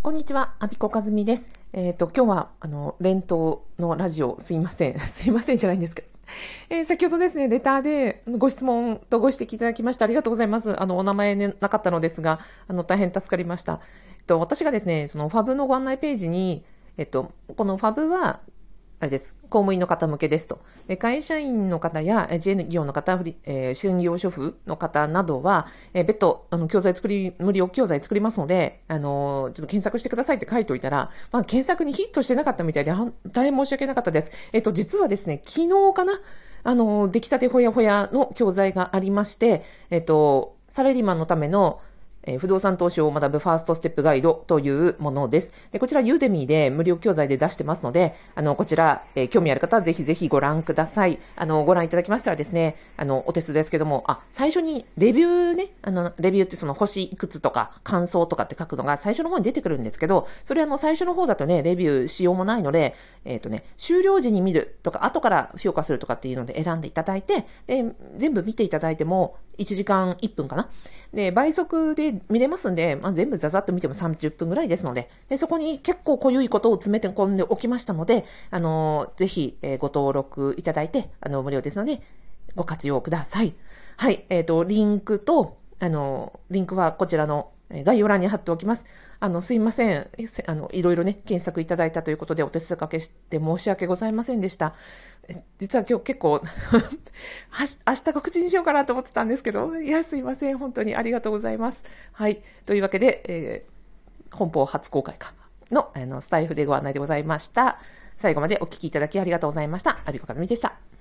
こんにちは、アビコカズミです。今日は、連投のラジオ、すいません。すいませんじゃないんですけど。先ほどですね、レターでご質問とご指摘いただきましてありがとうございます。お名前、ね、なかったのですが、大変助かりました。私がですね、そのファブのご案内ページに、このファブは、あれです。公務員の方向けですと。会社員の方や自営業の方、専業主婦の方などは、別途、無料教材作りますので、ちょっと検索してくださいって書いておいたら、検索にヒットしてなかったみたいで、大変申し訳なかったです。実はですね、昨日かな、出来たてほやほやの教材がありまして、サラリーマンのための不動産投資を学ぶファーストステップガイドというものです。こちらユーデミーで無料教材で出してますので、こちら、興味ある方はぜひぜひご覧ください。ご覧いただきましたらですね、お手数ですけども、最初にレビューね、レビューってその星いくつとか感想とかって書くのが最初の方に出てくるんですけど、それ最初の方だとね、レビューしようもないので、終了時に見るとか、後から評価するとかっていうので選んでいただいて、で、全部見ていただいても、1時間1分かな。で、倍速で見れますんで、全部ざざっと見ても30分ぐらいですので、そこに結構濃ゆいことを詰めて込んでおきましたので、ぜひ、ご登録いただいて、無料ですので、ご活用ください。はい、リンクと、リンクはこちらの概要欄に貼っておきます。すいません。いろいろね、検索いただいたということでお手数かけして申し訳ございませんでした。実は今日結構明日告知にしようかなと思ってたんですけど、いや、すいません。本当にありがとうございます。はい。というわけで、本邦初公開の、スタイフでご案内でございました。最後までお聞きいただきありがとうございました。アビコカズミでした。